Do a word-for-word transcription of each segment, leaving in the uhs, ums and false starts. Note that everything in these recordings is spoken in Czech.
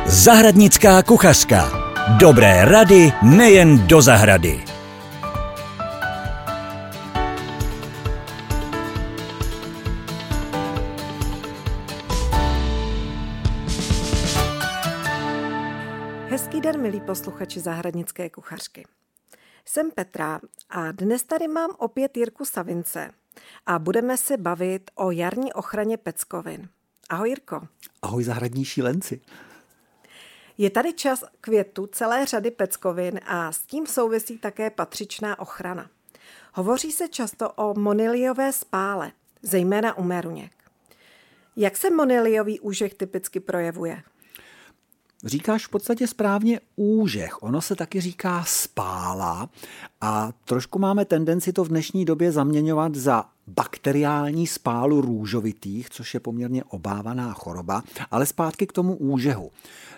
Zahradnická kuchařka. Dobré rady nejen do zahrady. Hezký den, milí posluchači Zahradnické kuchařky. Jsem Petra a dnes tady mám opět Jirku Savince a budeme se bavit o jarní ochraně peckovin. Ahoj, Jirko. Ahoj, zahradní šílenci. Je tady čas květu celé řady peckovin a s tím souvisí také patřičná ochrana. Hovoří se často o moniliové spále, zejména u meruněk. Jak se moniliový úžeh typicky projevuje? Říkáš v podstatě správně úžeh. Ono se taky říká spála a trošku máme tendenci to v dnešní době zaměňovat za bakteriální spálu růžovitých, což je poměrně obávaná choroba, ale zpátky k tomu úžehu.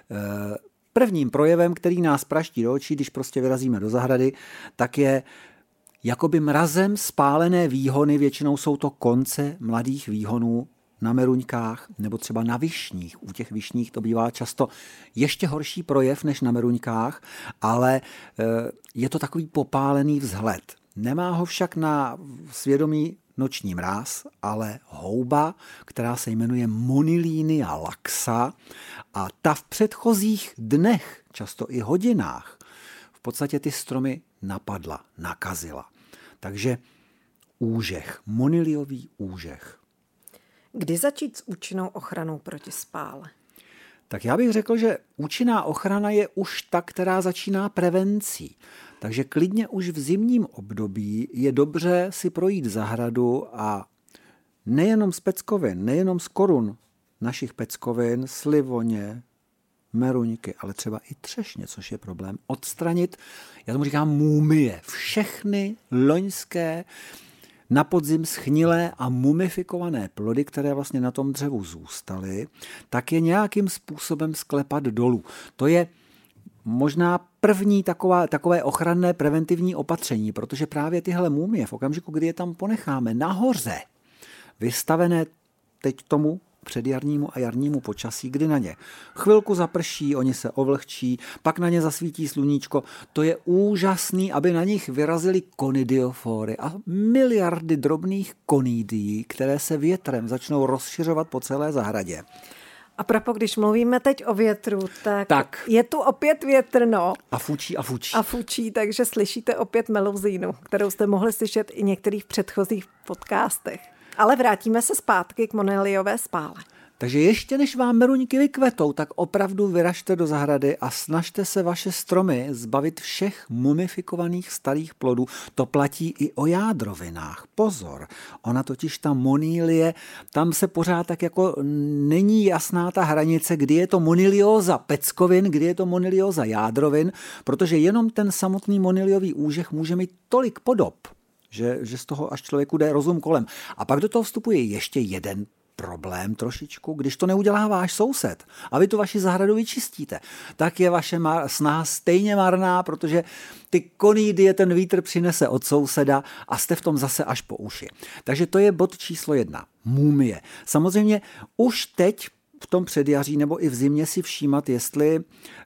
Prvním projevem, který nás praští do očí, když prostě vyrazíme do zahrady, tak je jakoby mrazem spálené výhony, většinou jsou to konce mladých výhonů na meruňkách nebo třeba na višních. U těch višních to bývá často ještě horší projev než na meruňkách, ale je to takový popálený vzhled. Nemá ho však na svědomí noční mráz, ale houba, která se jmenuje Monilinia laxa a ta v předchozích dnech, často i hodinách, v podstatě ty stromy napadla, nakazila. Takže úžeh, moniliový úžeh. Kdy začít s účinnou ochranou proti spále? Tak já bych řekl, že účinná ochrana je už ta, která začíná prevencí. Takže klidně už v zimním období je dobře si projít zahradu a nejenom z peckovin, nejenom z korun našich peckovin, slivoně, meruňky, ale třeba i třešně, což je problém, odstranit, já tomu říkám mumie, všechny loňské na podzim schnilé a mumifikované plody, které vlastně na tom dřevu zůstaly, tak je nějakým způsobem sklepat dolů. To je možná první taková, takové ochranné preventivní opatření, protože právě tyhle mumie v okamžiku, kdy je tam ponecháme nahoře, vystavené teď tomu předjarnímu a jarnímu počasí, kdy na ně chvilku zaprší, oni se ovlhčí, pak na ně zasvítí sluníčko. To je úžasný, aby na nich vyrazily konidiofory a miliardy drobných konidií, které se větrem začnou rozšiřovat po celé zahradě. A propo, když mluvíme teď o větru, tak, tak je tu opět větrno. A fučí a fučí. A fučí, takže slyšíte opět melouzínu, kterou jste mohli slyšet i některých předchozích podcastech. Ale vrátíme se zpátky k moniliové spále. Takže ještě než vám meruňky vykvetou, tak opravdu vyražte do zahrady a snažte se vaše stromy zbavit všech mumifikovaných starých plodů. To platí i o jádrovinách. Pozor, ona totiž ta monilie, tam se pořád tak jako není jasná ta hranice, kdy je to monilióza peckovin, kdy je to monilióza jádrovin, protože jenom ten samotný moniliový úžeh může mít tolik podob, že, že z toho až člověku jde rozum kolem. A pak do toho vstupuje ještě jeden problém trošičku, když to neudělá váš soused a vy tu vaši zahradu vyčistíte, tak je vaše snaha stejně marná, protože ty konidie ten vítr přinese od souseda a jste v tom zase až po uši. Takže to je bod číslo jedna. Mumie. Samozřejmě už teď v tom předjaří nebo i v zimě si všímat, jestli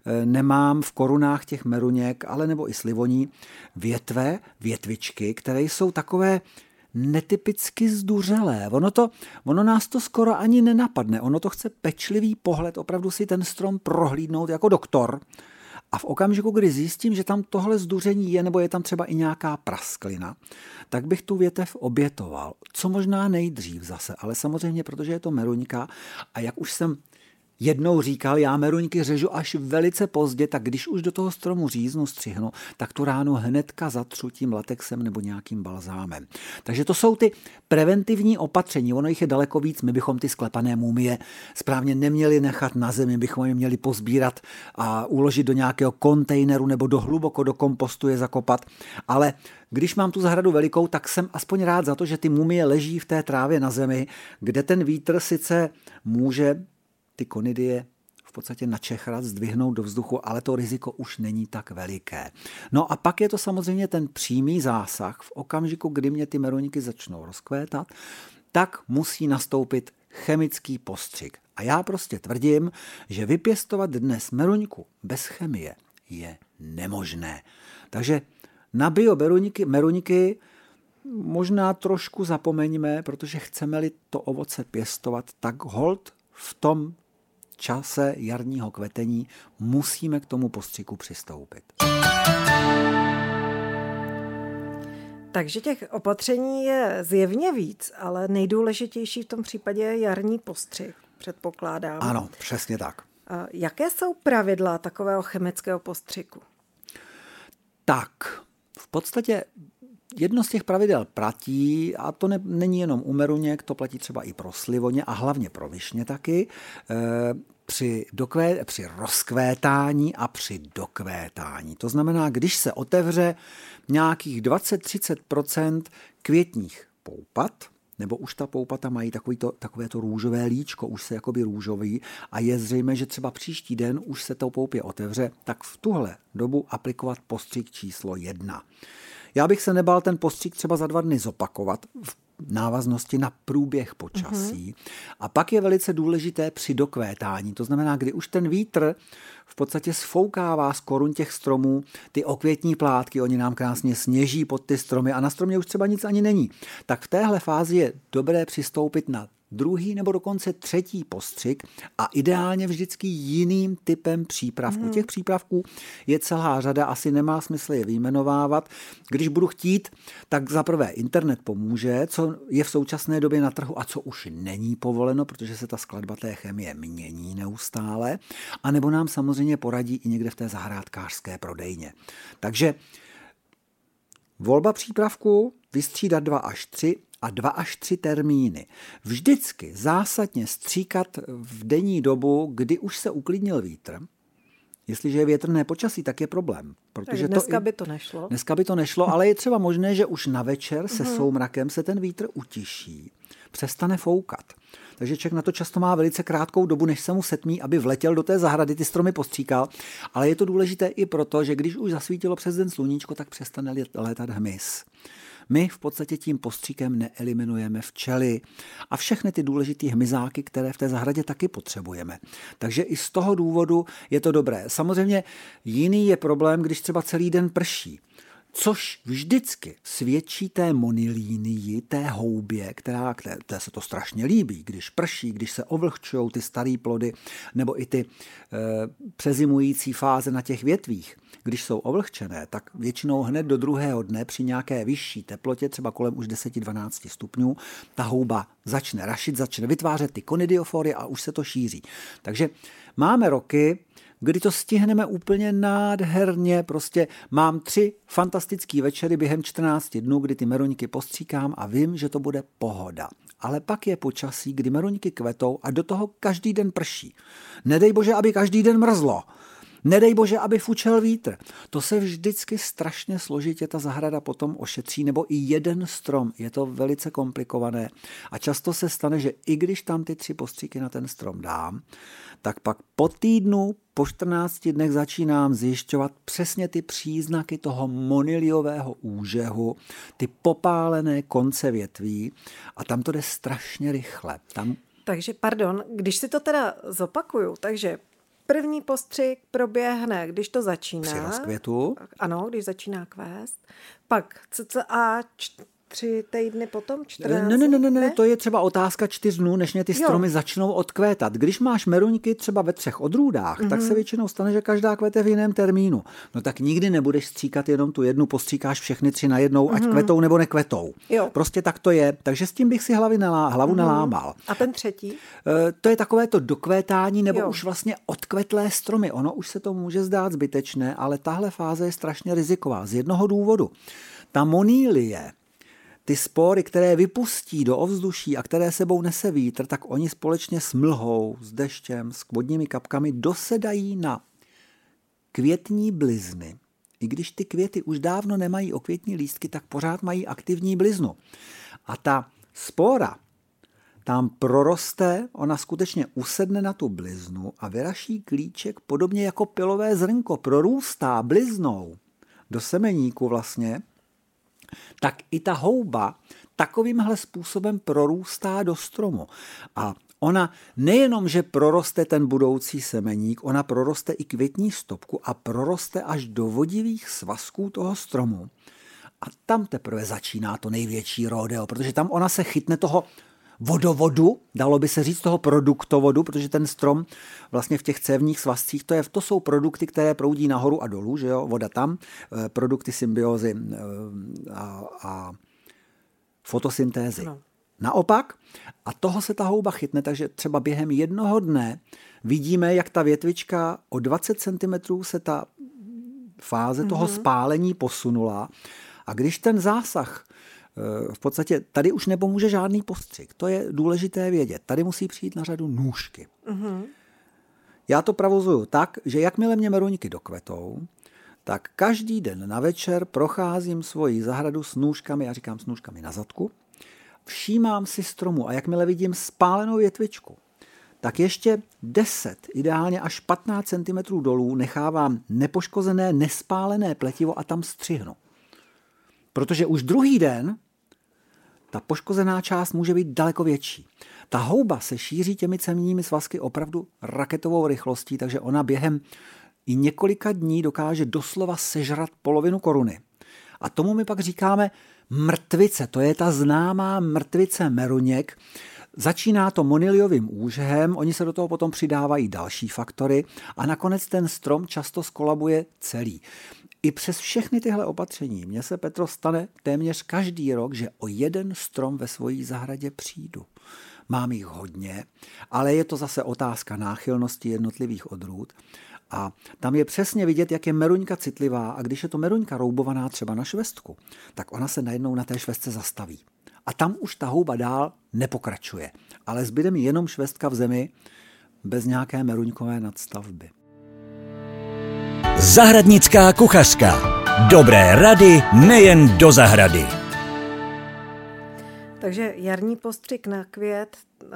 nemám v korunách těch meruněk, ale nebo i slivoní větve, větvičky, které jsou takové netypicky zduřelé. Ono, to, ono nás to skoro ani nenapadne. Ono to chce pečlivý pohled, opravdu si ten strom prohlídnout jako doktor. A v okamžiku, kdy zjistím, že tam tohle zduření je, nebo je tam třeba i nějaká prasklina, tak bych tu větev obětoval. Co možná nejdřív zase, ale samozřejmě, protože je to meruňka a jak už jsem jednou říkal, já meruňky řežu až velice pozdě, tak když už do toho stromu říznu, střihnu, tak tu ránu hnedka zatřu tím latexem nebo nějakým balzámem. Takže to jsou ty preventivní opatření, ono jich je daleko víc, my bychom ty sklepané mumie správně neměli nechat na zemi, bychom je měli pozbírat a uložit do nějakého kontejneru nebo do hluboko do kompostu je zakopat, ale když mám tu zahradu velikou, tak jsem aspoň rád za to, že ty mumie leží v té trávě na zemi, kde ten vítr sice může ty konidie v podstatě načechrat, zdvihnout do vzduchu, ale to riziko už není tak veliké. No a pak je to samozřejmě ten přímý zásah v okamžiku, kdy mě ty meruňky začnou rozkvétat, tak musí nastoupit chemický postřik. A já prostě tvrdím, že vypěstovat dnes meruňku bez chemie je nemožné. Takže na bio meruňky, meruňky možná trošku zapomeňme, protože chceme-li to ovoce pěstovat, tak holt v tom čase jarního kvetení musíme k tomu postřiku přistoupit. Takže těch opatření je zjevně víc, ale nejdůležitější v tom případě je jarní postřik, předpokládám. Ano, přesně tak. A jaké jsou pravidla takového chemického postřiku? Tak, v podstatě jedno z těch pravidel platí, a to ne, není jenom u meruněk, to platí třeba i pro slivoně a hlavně pro višně taky, e, při, dokvé, při rozkvétání a při dokvétání. To znamená, když se otevře nějakých dvacet až třicet procent květních poupat, nebo už ta poupata mají takovýto, takové to růžové líčko, už se jakoby růžový a je zřejmé, že třeba příští den už se tou poupě otevře, tak v tuhle dobu aplikovat postřik číslo jedna. Já bych se nebál ten postřik třeba za dva dny zopakovat v návaznosti na průběh počasí. Uh-huh. A pak je velice důležité při dokvétání. To znamená, kdy už ten vítr v podstatě sfoukává z korun těch stromů ty okvětní plátky, oni nám krásně sněží pod ty stromy a na stromě už třeba nic ani není. Tak v téhle fázi je dobré přistoupit na druhý nebo dokonce třetí postřik a ideálně vždycky jiným typem přípravku. Mm. Těch přípravků je celá řada, asi nemá smysl je vyjmenovávat. Když budu chtít, tak zaprvé internet pomůže, co je v současné době na trhu a co už není povoleno, protože se ta skladba té chemie mění neustále, a nebo nám samozřejmě poradí i někde v té zahrádkářské prodejně. Takže volba přípravku, vystřídat dva až tři a dva až tři termíny. Vždycky zásadně stříkat v denní dobu, kdy už se uklidnil vítr. Jestliže je větrné počasí, tak je problém. Protože dneska to by to nešlo. Dneska by to nešlo, ale je třeba možné, že už na večer se mm. soumrakem se ten vítr utiší, přestane foukat. Takže člověk na to často má velice krátkou dobu, než se mu setmí, aby vletěl do té zahrady, ty stromy postříkal. Ale je to důležité i proto, že když už zasvítilo přes den sluníčko, tak přestane létat hmyz. My v podstatě tím postříkem neeliminujeme včely a všechny ty důležité hmyzáky, které v té zahradě taky potřebujeme. Takže i z toho důvodu je to dobré. Samozřejmě jiný je problém, když třeba celý den prší, což vždycky svědčí té monilínii, té houbě, která, které, které se to strašně líbí, když prší, když se ovlhčujou ty staré plody nebo i ty e, přezimující fáze na těch větvích. Když jsou ovlhčené, tak většinou hned do druhého dne při nějaké vyšší teplotě, třeba kolem už deset až dvanáct stupňů, ta houba začne rašit, začne vytvářet ty konidiofory a už se to šíří. Takže máme roky, kdy to stihneme úplně nádherně, prostě mám tři fantastický večery během čtrnácti dnů, kdy ty meruňky postříkám a vím, že to bude pohoda. Ale pak je počasí, kdy meruňky kvetou a do toho každý den prší. Nedej bože, aby každý den mrzlo. Nedej bože, aby fučel vítr. To se vždycky strašně složitě ta zahrada potom ošetří, nebo i jeden strom. Je to velice komplikované. A často se stane, že i když tam ty tři postříky na ten strom dám, tak pak po týdnu, po čtrnácti dnech začínám zjišťovat přesně ty příznaky toho moniliového úžehu, ty popálené konce větví a tam to jde strašně rychle. Tam... Takže, pardon, když si to teda zopakuju, takže první postřik proběhne, když to začíná. Při rozkvětu. Ano, když začíná kvést. Pak cca tři týdny potom, čtrnáct. Ne, ne, ne, ne, ne, to je třeba otázka čtyř dnů, než mě ty stromy jo. začnou odkvétat. Když máš meruňky třeba ve třech odrůdách, mm-hmm. tak se většinou stane, že každá kvete v jiném termínu. No tak nikdy nebudeš stříkat jenom tu jednu, postříkáš všechny tři najednou, mm-hmm. ať kvetou nebo nekvetou. Jo. Prostě tak to je. Takže s tím bych si hlavy nelá, hlavu mm-hmm. nelámal. A ten třetí? E, to je takové to dokvétání nebo jo. už vlastně odkvetlé stromy. Ono už se to může zdát zbytečné, ale tahle fáze je strašně riziková. Z jednoho důvodu. Ta monilie, ty spory, které vypustí do ovzduší a které sebou nese vítr, tak oni společně s mlhou, s deštěm, s vodními kapkami dosedají na květní blizny. I když ty květy už dávno nemají okvětní lístky, tak pořád mají aktivní bliznu. A ta spora tam proroste, ona skutečně usedne na tu bliznu a vyraší klíček podobně jako pilové zrnko, prorůstá bliznou do semeníku vlastně, tak i ta houba takovýmhle způsobem prorůstá do stromu. A ona nejenom, že proroste ten budoucí semeník, ona proroste i květní stopku a proroste až do vodivých svazků toho stromu. A tam teprve začíná to největší rodeo, protože tam ona se chytne toho vodovodu, dalo by se říct toho produktovodu, protože ten strom vlastně v těch cévních svazcích, to, je, to jsou produkty, které proudí nahoru a dolů, že jo, voda tam, produkty symbiózy a, a fotosyntézy. No. Naopak, a toho se ta houba chytne, takže třeba během jednoho dne vidíme, jak ta větvička o dvacet centimetrů se ta fáze mm-hmm. toho spálení posunula. A když ten zásah, v podstatě tady už nepomůže žádný postřik, to je důležité vědět. Tady musí přijít na řadu nůžky. Mm-hmm. Já to provozuju tak, že jakmile mě meruňky dokvetou, tak každý den na večer procházím svoji zahradu s nůžkami, já říkám s nůžkami na zadku, všímám si stromu a jakmile vidím spálenou větvičku, tak ještě deset, ideálně až patnáct centimetrů dolů nechávám nepoškozené, nespálené pletivo a tam střihnu. Protože už druhý den ta poškozená část může být daleko větší. Ta houba se šíří těmi cévními svazky opravdu raketovou rychlostí, takže ona během i několika dní dokáže doslova sežrat polovinu koruny. A tomu my pak říkáme mrtvice, to je ta známá mrtvice meruněk. Začíná to moniliovým úžhem, oni se do toho potom přidávají další faktory a nakonec ten strom často skolabuje celý. I přes všechny tyhle opatření mně se, Petro, stane téměř každý rok, že o jeden strom ve svojí zahradě přijdu. Mám jich hodně, ale je to zase otázka náchylnosti jednotlivých odrůd. A tam je přesně vidět, jak je meruňka citlivá a když je to meruňka roubovaná třeba na švestku, tak ona se najednou na té švestce zastaví. A tam už ta houba dál nepokračuje. Ale zbyde mi jenom švestka v zemi bez nějaké meruňkové nadstavby. Zahradnická kuchařka. Dobré rady nejen do zahrady. Takže jarní postřik na květ,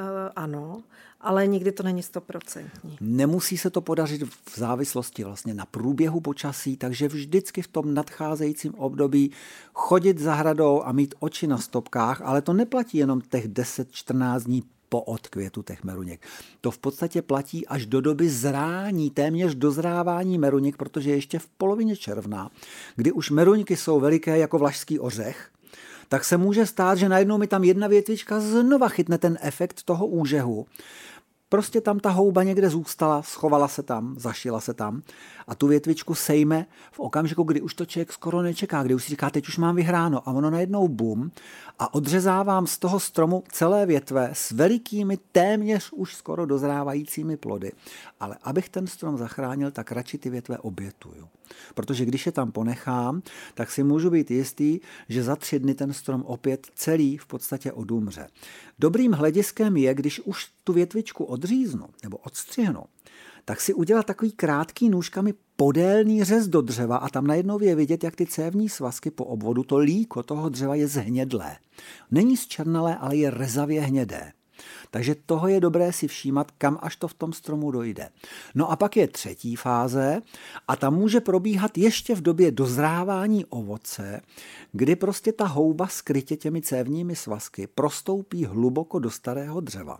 ano, ale nikdy to není stoprocentní. Nemusí se to podařit v závislosti vlastně na průběhu počasí, takže vždycky v tom nadcházejícím období chodit zahradou a mít oči na stopkách, ale to neplatí jenom těch deset čtrnáct dní po odkvětu těch meruněk. To v podstatě platí až do doby zrání, téměř dozrávání meruněk, protože ještě v polovině června, kdy už meruňky jsou veliké jako vlašský ořech, tak se může stát, že najednou mi tam jedna větvička znova chytne ten efekt toho úžehu. Prostě tam ta houba někde zůstala, schovala se tam, zašila se tam a tu větvičku sejme v okamžiku, kdy už to člověk skoro nečeká, kdy už si říká, teď už mám vyhráno a ono najednou bum a odřezávám z toho stromu celé větve s velikými, téměř už skoro dozrávajícími plody. Ale abych ten strom zachránil, tak radši ty větve obětuju. Protože když je tam ponechám, tak si můžu být jistý, že za tři dny ten strom opět celý v podstatě odumře. Dobrým hlediskem je, když už tu větvičku odříznu nebo odstřihnu, tak si udělat takový krátký nůžkami podélný řez do dřeva a tam najednou je vidět, jak ty cévní svazky po obvodu, to líko toho dřeva je zhnědlé. Není zčernalé, ale je rezavě hnědé. Takže toho je dobré si všímat, kam až to v tom stromu dojde. No a pak je třetí fáze a ta může probíhat ještě v době dozrávání ovoce, kdy prostě ta houba skrytě těmi cévními svazky prostoupí hluboko do starého dřeva.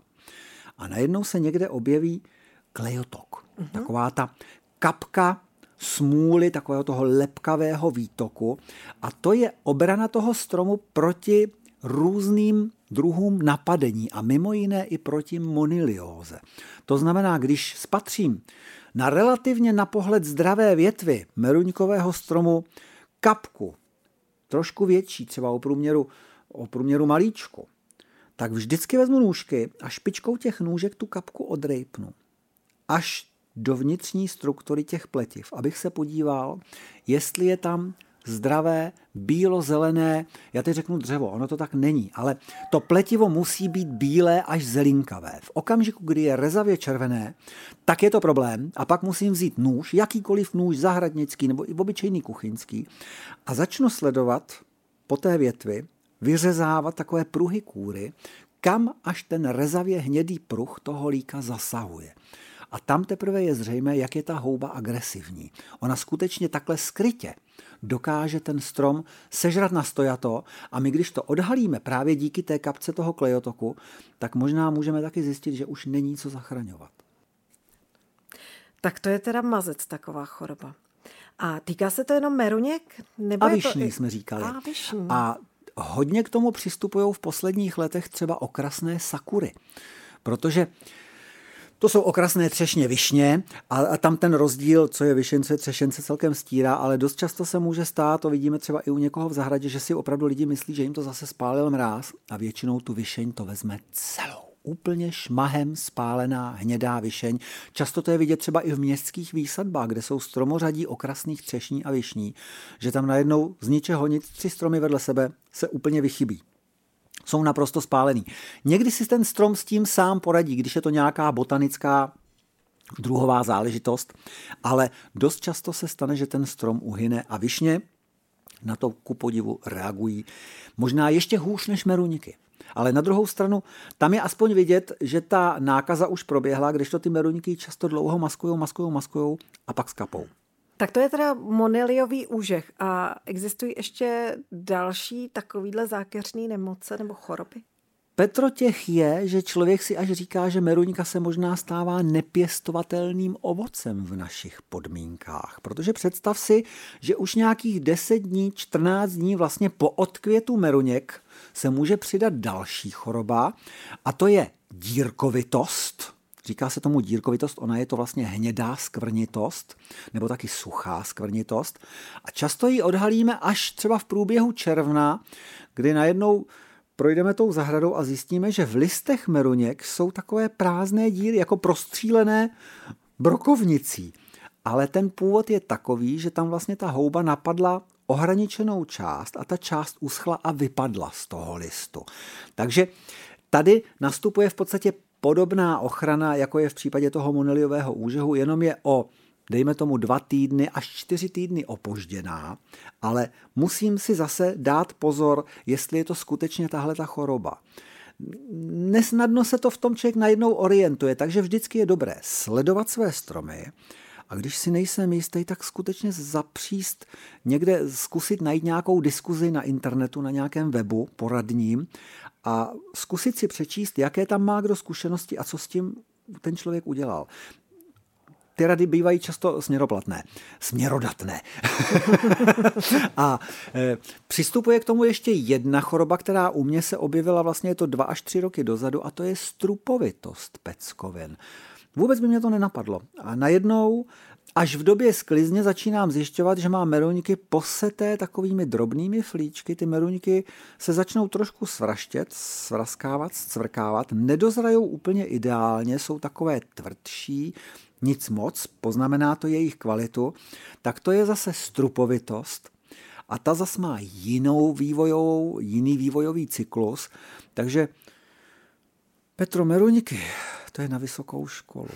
A najednou se někde objeví klejotok. Mhm. Taková ta kapka smůly, takového toho lepkavého výtoku. A to je obrana toho stromu proti různým druhům napadení a mimo jiné i proti monilióze. To znamená, když spatřím na relativně na pohled zdravé větvi meruňkového stromu kapku, trošku větší, třeba o průměru, o průměru malíčku, tak vždycky vezmu nůžky a špičkou těch nůžek tu kapku odrejpnu až do vnitřní struktury těch pletiv, abych se podíval, jestli je tam zdravé, bílo-zelené, já teď řeknu dřevo, ono to tak není, ale to pletivo musí být bílé až zelinkavé. V okamžiku, kdy je rezavě červené, tak je to problém a pak musím vzít nůž, jakýkoliv nůž zahradnický nebo i obyčejný kuchyňský a začnu sledovat po té větvi, vyřezávat takové pruhy kůry, kam až ten rezavě hnědý pruh toho líka zasahuje. A A tam teprve je zřejmé, jak je ta houba agresivní. Ona skutečně takhle skrytě dokáže ten strom sežrat na stojato a my, když to odhalíme právě díky té kapce toho klejotoku, tak možná můžeme taky zjistit, že už není co zachraňovat. Tak to je teda mazec, taková choroba. A týká se to jenom meruněk? Nebo a je višní, to i... jsme říkali. A višní. A hodně k tomu přistupují v posledních letech třeba okrasné sakury. Protože to jsou okrasné třešně višně a, a tam ten rozdíl, co je višence, třešence, celkem stírá, ale dost často se může stát, to vidíme třeba i u někoho v zahradě, že si opravdu lidi myslí, že jim to zase spálil mráz a většinou tu višeň to vezme celou. Úplně šmahem spálená hnědá višeň. Často to je vidět třeba i v městských výsadbách, kde jsou stromořadí okrasných třešní a višní, že tam najednou z ničeho nic tři stromy vedle sebe se úplně vychybí. Jsou naprosto spálený. Někdy si ten strom s tím sám poradí, když je to nějaká botanická druhová záležitost, ale dost často se stane, že ten strom uhyne a višně na to ku podivu reagují. Možná ještě hůř než meruňky. Ale na druhou stranu, tam je aspoň vidět, že ta nákaza už proběhla, kdežto ty meruňky často dlouho maskujou, maskujou, maskujou a pak skapou. Tak to je teda moniliový úžeh. A existují ještě další takovýhle zákeřné nemoce nebo choroby? Petro, těch je, že člověk si až říká, že meruňka se možná stává nepěstovatelným ovocem v našich podmínkách. Protože představ si, že už nějakých deset dní, čtrnáct dní vlastně po odkvětu meruněk se může přidat další choroba a to je dírkovitost. Říká se tomu dírkovitost, ona je to vlastně hnědá skvrnitost, nebo taky suchá skvrnitost. A často ji odhalíme až třeba v průběhu června, kdy najednou projdeme tou zahradou a zjistíme, že v listech meruněk jsou takové prázdné díry, jako prostřílené brokovnicí. Ale ten původ je takový, že tam vlastně ta houba napadla ohraničenou část a ta část uschla a vypadla z toho listu. Takže tady nastupuje v podstatě podobná ochrana, jako je v případě toho moniliového úžehu, jenom je o, dejme tomu, dva týdny až čtyři týdny opožděná, ale musím si zase dát pozor, jestli je to skutečně tahle ta choroba. Nesnadno se to v tom člověk najednou orientuje, takže vždycky je dobré sledovat své stromy a když si nejsem jistý, tak skutečně zapříst někde, zkusit najít nějakou diskuzi na internetu, na nějakém webu poradním a zkusit si přečíst, jaké tam má kdo zkušenosti a co s tím ten člověk udělal. Ty rady bývají často směroplatné, směrodatné. A e, přistupuje k tomu ještě jedna choroba, která u mě se objevila vlastně je to dva až tři roky dozadu a to je strupovitost peckovin. Vůbec by mě to nenapadlo. A najednou až v době sklizně začínám zjišťovat, že mám meruňky poseté takovými drobnými flíčky. Ty meruňky se začnou trošku svraštět, svrazkávat, scvrkávat. Nedozrajou úplně ideálně, jsou takové tvrdší, nic moc, poznamená to jejich kvalitu. Tak to je zase strupovitost. A ta zas má jinou vývojovou, jiný vývojový cyklus. Takže Petro, meruňky, to je na vysokou školu.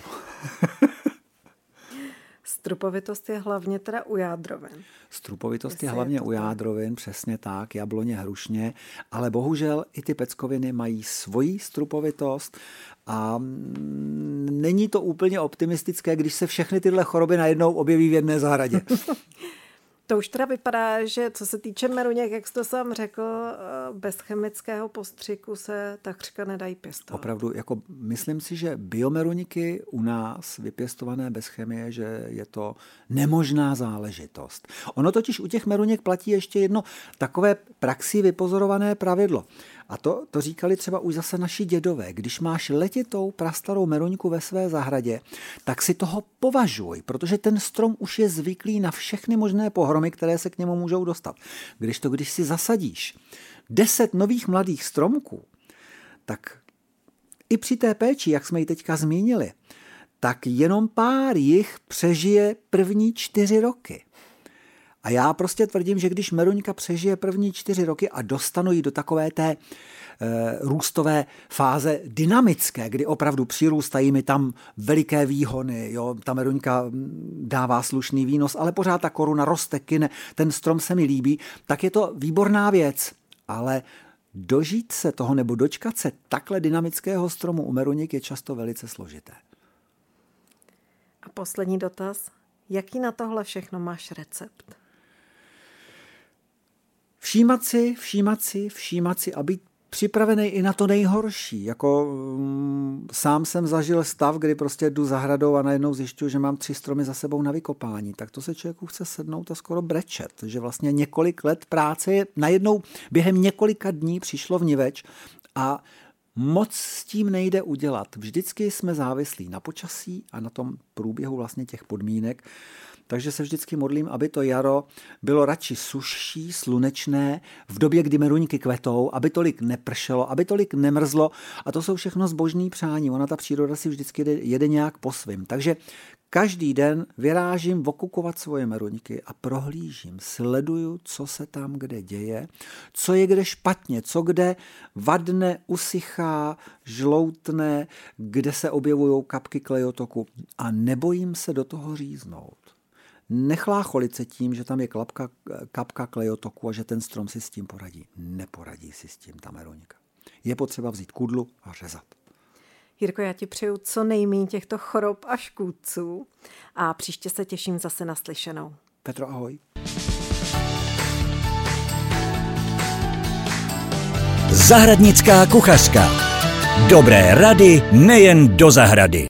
Strupovitost je hlavně teda u jádrovin. Strupovitost Jestli je hlavně je to u jádrovin, přesně tak, jabloně, hrušně, ale bohužel i ty peckoviny mají svoji strupovitost a není to úplně optimistické, když se všechny tyhle choroby najednou objeví v jedné zahradě. To už teda vypadá, že co se týče meruněk, jak jsi to sám řekl, bez chemického postřiku se takřka nedají pěstovat. Opravdu, jako myslím si, že biomeruňky u nás vypěstované bez chemie, že je to nemožná záležitost. Ono totiž u těch meruněk platí ještě jedno takové praxi vypozorované pravidlo. A to, to říkali třeba už zase naši dědové. Když máš letitou prastarou meruňku ve své zahradě, tak si toho považuj, protože ten strom už je zvyklý na všechny možné pohromy, které se k němu můžou dostat. Když to, když si zasadíš deset nových mladých stromků, tak i při té péči, jak jsme ji teďka zmínili, tak jenom pár jich přežije první čtyři roky. A já prostě tvrdím, že když meruňka přežije první čtyři roky a dostanu ji do takové té e, růstové fáze dynamické, kdy opravdu přirůstají mi tam veliké výhony, jo, ta meruňka dává slušný výnos, ale pořád ta koruna roste, kyne, ten strom se mi líbí, tak je to výborná věc. Ale dožít se toho nebo dočkat se takhle dynamického stromu u meruněk je často velice složité. A poslední dotaz. Jaký na tohle všechno máš recept? Všímat si, všímat si, všímat si a být připravený i na to nejhorší. Jako um, sám jsem zažil stav, kdy prostě jdu zahradou a najednou zjišťuji, že mám tři stromy za sebou na vykopání. Tak to se člověku chce sednout a skoro brečet. Že vlastně několik let práce je najednou během několika dní přišlo vniveč a moc s tím nejde udělat. Vždycky jsme závislí na počasí a na tom průběhu vlastně těch podmínek. Takže se vždycky modlím, aby to jaro bylo radši sušší, slunečné, v době, kdy meruňky kvetou, aby tolik nepršelo, aby tolik nemrzlo. A to jsou všechno zbožný přání. Ona, ta příroda si vždycky jede, jede nějak po svým. Takže každý den vyrážím okukovat svoje meruňky a prohlížím, sleduju, co se tam kde děje, co je kde špatně, co kde vadne, usychá, žloutne, kde se objevují kapky klejotoku a nebojím se do toho říznout. Nechlácholit se tím, že tam je klapka, kapka klejotoku a že ten strom si s tím poradí. Neporadí si s tím ta meruňka. Je potřeba vzít kudlu a řezat. Jirko, já ti přeju co nejméně těchto chorob a škůdců a příště se těším zase na slyšenou. Petro, ahoj. Zahradnická kuchařka. Dobré rady nejen do zahrady.